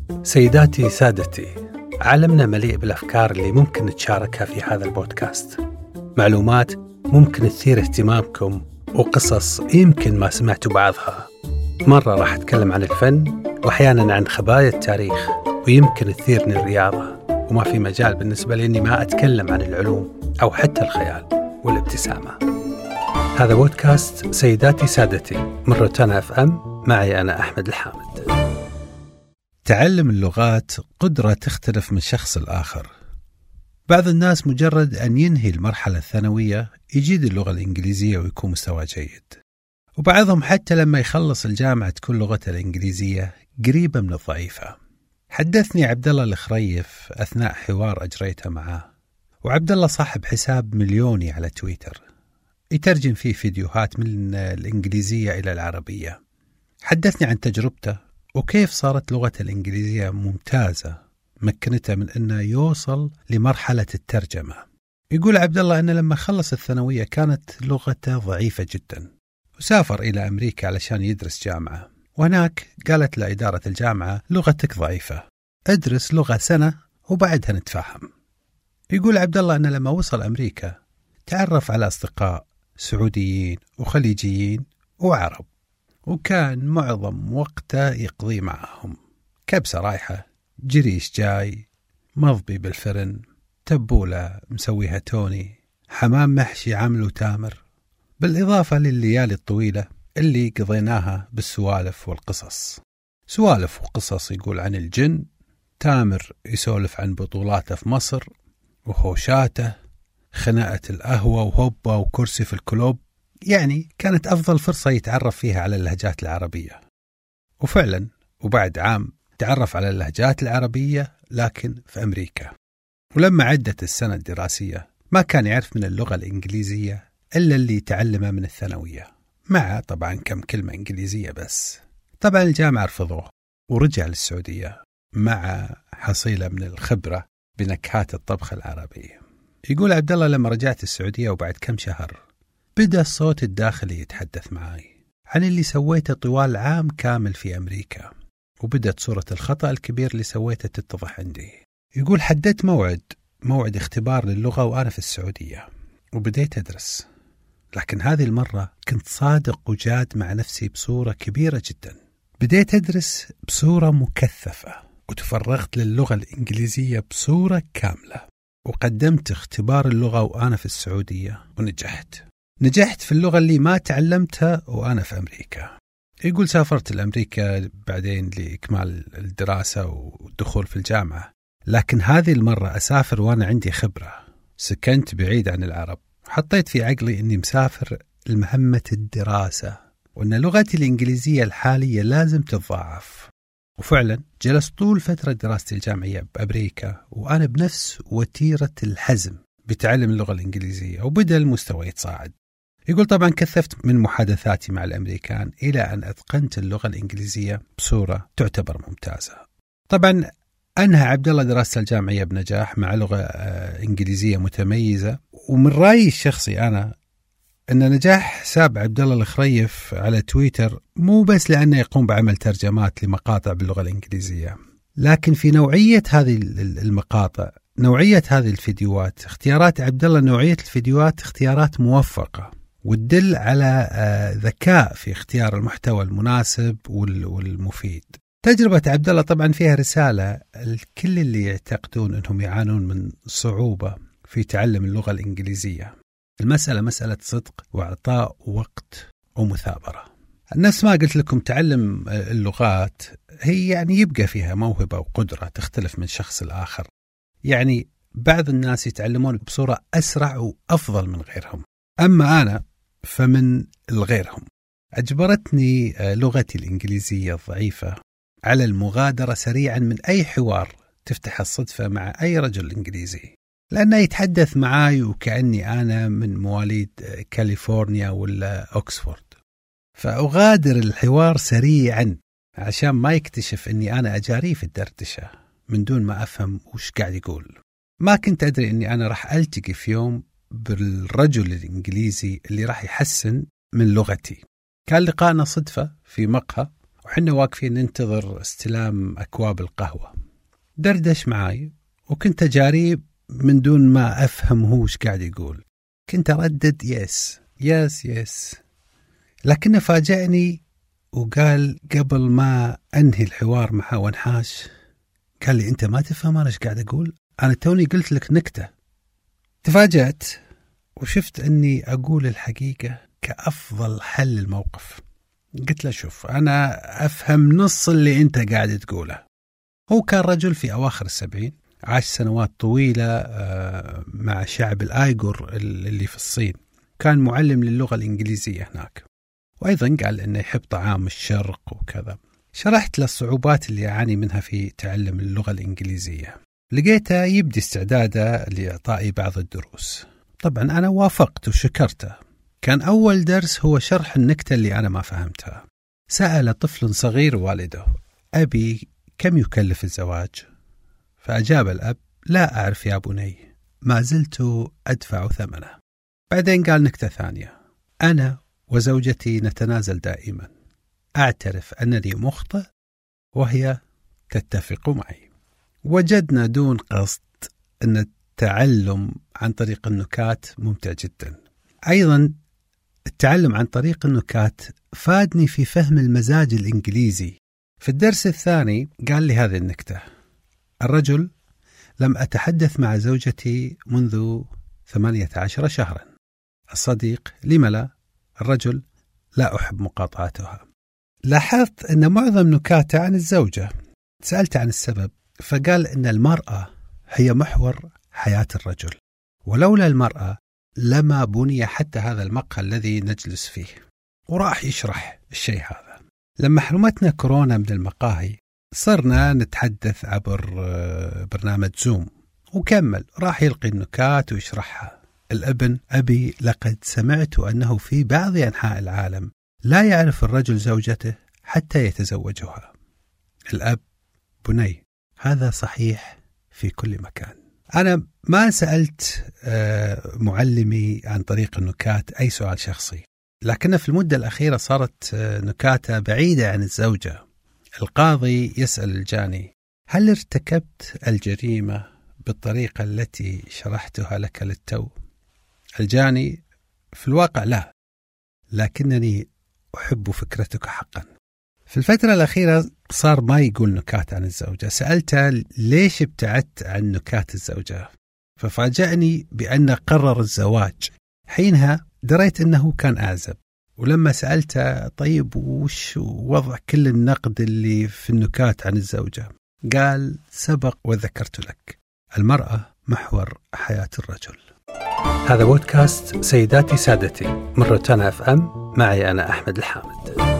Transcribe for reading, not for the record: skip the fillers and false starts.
سيداتي سادتي، عالمنا مليء بالأفكار اللي ممكن نتشاركها في هذا البودكاست. معلومات ممكن تثير اهتمامكم وقصص يمكن ما سمعتوا بعضها. مرة راح أتكلم عن الفن، وأحيانا عن خبايا التاريخ، ويمكن تثيرني الرياضة، وما في مجال بالنسبة لي أني ما أتكلم عن العلوم أو حتى الخيال والابتسامة. هذا بودكاست سيداتي سادتي من روتانا FM، معي أنا أحمد الحامد. تعلم اللغات قدرة تختلف من شخص لآخر. بعض الناس مجرد أن ينهي المرحلة الثانوية يجيد اللغة الإنجليزية ويكون مستوى جيد، وبعضهم حتى لما يخلص الجامعة تكون لغته الإنجليزية قريبة من الضعيفة. حدثني عبد الله الخريف أثناء حوار أجريته معه، وعبد الله صاحب حساب مليوني على تويتر يترجم فيه فيديوهات من الإنجليزية إلى العربية. حدثني عن تجربته وكيف صارت لغة الإنجليزية ممتازة مكنته من أنه يوصل لمرحلة الترجمة. يقول عبد الله أن لما خلص الثانوية كانت لغته ضعيفة جدا، وسافر إلى أمريكا علشان يدرس جامعة، وهناك قالت له إدارة الجامعة لغتك ضعيفة، ادرس لغة سنة وبعدها نتفاهم. يقول عبد الله أن لما وصل أمريكا تعرف على أصدقاء سعوديين وخليجيين وعرب، وكان معظم وقته يقضي معهم. كبسة رايحة، جريش جاي، مضبي بالفرن، تبولة مسويها توني، حمام محشي عامله تامر، بالإضافة لليالي الطويلة اللي قضيناها بالسوالف والقصص. سوالف وقصص، يقول عن الجن، تامر يسولف عن بطولاته في مصر وهوشاته، خناقة القهوة وهوبة وكرسي في الكلوب. يعني كانت أفضل فرصة يتعرف فيها على اللهجات العربية. وفعلا وبعد عام تعرف على اللهجات العربية لكن في أمريكا. ولما عدت السنة الدراسية ما كان يعرف من اللغة الإنجليزية إلا اللي تعلمه من الثانوية، مع طبعا كم كلمة إنجليزية بس. طبعا الجامعة رفضوه ورجع للسعودية مع حصيلة من الخبرة بنكهات الطبخ العربي. يقول عبد الله لما رجعت السعودية وبعد كم شهر بدأ الصوت الداخلي يتحدث معي عن اللي سويته طوال عام كامل في أمريكا، وبدأت صورة الخطأ الكبير اللي سويته تتضح عندي. يقول حددت موعد اختبار للغة وأنا في السعودية، وبديت أدرس، لكن هذه المرة كنت صادق وجاد مع نفسي بصورة كبيرة جدا. بديت أدرس بصورة مكثفة، وتفرغت للغة الإنجليزية بصورة كاملة، وقدمت اختبار اللغة وأنا في السعودية ونجحت في اللغة اللي ما تعلمتها وأنا في أمريكا. يقول سافرت لأمريكا بعدين لإكمال الدراسة والدخول في الجامعة، لكن هذه المرة أسافر وأنا عندي خبرة. سكنت بعيد عن العرب، حطيت في عقلي أني مسافر لمهمة الدراسة، وأن لغتي الإنجليزية الحالية لازم تتضاعف. وفعلا جلست طول فترة دراستي الجامعية بأمريكا وأنا بنفس وتيرة الحزم بتعلم اللغة الإنجليزية، وبدأ المستوى يتصاعد. يقول طبعا كثفت من محادثاتي مع الأمريكان إلى أن أتقنت اللغة الإنجليزية بصورة تعتبر ممتازة. طبعا أنهى عبد الله دراسته الجامعية بنجاح مع لغة إنجليزية متميزة. ومن رأيي الشخصي أنا أن نجاح حساب عبد الله الخريف على تويتر مو بس لأنه يقوم بعمل ترجمات لمقاطع باللغة الإنجليزية، لكن في نوعية هذه المقاطع، نوعية هذه الفيديوهات، اختيارات عبد الله نوعية الفيديوهات اختيارات موفقة، وتدل على ذكاء في اختيار المحتوى المناسب والمفيد. تجربة عبد الله طبعا فيها رسالة لكل اللي يعتقدون أنهم يعانون من صعوبة في تعلم اللغة الإنجليزية. المسألة مسألة صدق وإعطاء وقت ومثابرة. نفس ما قلت لكم، تعلم اللغات هي يعني يبقى فيها موهبة وقدرة تختلف من شخص لآخر. يعني بعض الناس يتعلمون بصورة أسرع وأفضل من غيرهم، أما أنا فمن الغيرهم. أجبرتني لغتي الإنجليزية الضعيفة على المغادرة سريعا من أي حوار تفتح الصدفة مع أي رجل إنجليزي، لأنه يتحدث معاي وكأني أنا من مواليد كاليفورنيا ولا أوكسفورد، فأغادر الحوار سريعا عشان ما يكتشف أني أنا أجاريه في الدردشة من دون ما أفهم وش قاعد يقول. ما كنت أدري أني أنا راح ألتقي في يوم بالرجل الإنجليزي اللي راح يحسن من لغتي. كان لقاءنا صدفة في مقهى، وحنا واقفين ننتظر استلام أكواب القهوة. دردش معاي وكنت أجاري من دون ما أفهم هو وش قاعد يقول. كنت أردد يس يس يس، لكنه فاجأني وقال قبل ما أنهي الحوار معه وانحاش، قال لي أنت ما تفهم أنا إيش قاعد أقول؟ أنا توني قلت لك نكتة. تفاجأت وشفت أني أقول الحقيقة كأفضل حل للموقف. قلت له شوف، أنا أفهم نص اللي أنت قاعد تقوله. هو كان رجل في أواخر 70، عاش سنوات طويلة مع شعب الآيغور اللي في الصين، كان معلم للغة الإنجليزية هناك، وأيضا قال إنه يحب طعام الشرق وكذا. شرحت له الصعوبات اللي يعاني منها في تعلم اللغة الإنجليزية. لقيته يبدي استعداده لإعطائي بعض الدروس. طبعا أنا وافقت وشكرته. كان أول درس هو شرح النكتة اللي أنا ما فهمتها. سأل طفل صغير والده: أبي كم يكلف الزواج؟ فأجاب الأب: لا أعرف يا بني، ما زلت أدفع ثمنه. بعدين قال نكتة ثانية: أنا وزوجتي نتنازل دائما، أعترف أنني مخطئ وهي تتفق معي. وجدنا دون قصد أن التعلم عن طريق النكات ممتع جدا. أيضا التعلم عن طريق النكات فادني في فهم المزاج الإنجليزي. في الدرس الثاني قال لي هذه النكتة: الرجل: لم أتحدث مع زوجتي منذ 18 شهرا. الصديق: لم لا؟ الرجل: لا أحب مقاطعتها. لاحظت أن معظم نكاته عن الزوجة. سألت عن السبب، فقال أن المرأة هي محور حياة الرجل، ولولا المرأة لما بني حتى هذا المقهى الذي نجلس فيه. وراح يشرح الشيء هذا. لما حرمتنا كورونا من المقاهي صرنا نتحدث عبر برنامج زوم، وكمل راح يلقي النكات ويشرحها. الابن: أبي لقد سمعت أنه في بعض أنحاء العالم لا يعرف الرجل زوجته حتى يتزوجها. الأب: بني، هذا صحيح في كل مكان. أنا ما سألت معلمي عن طريق النكات أي سؤال شخصي، لكن في المدة الأخيرة صارت نكاتة بعيدة عن الزوجة. القاضي يسأل الجاني: هل ارتكبت الجريمة بالطريقة التي شرحتها لك للتو؟ الجاني: في الواقع لا، لكنني أحب فكرتك حقا. في الفترة الأخيرة صار ما يقول نكات عن الزوجة. سألته ليش ابتعدت عن نكات الزوجة، ففاجأني بأنه قرر الزواج. حينها دريت أنه كان أعزب. ولما سألته: طيب وش وضع كل النقد اللي في النكات عن الزوجة؟ قال: سبق وذكرت لك، المرأة محور حياة الرجل. هذا بودكاست سيداتي سادتي من روتانا FM، معي أنا أحمد الحامد.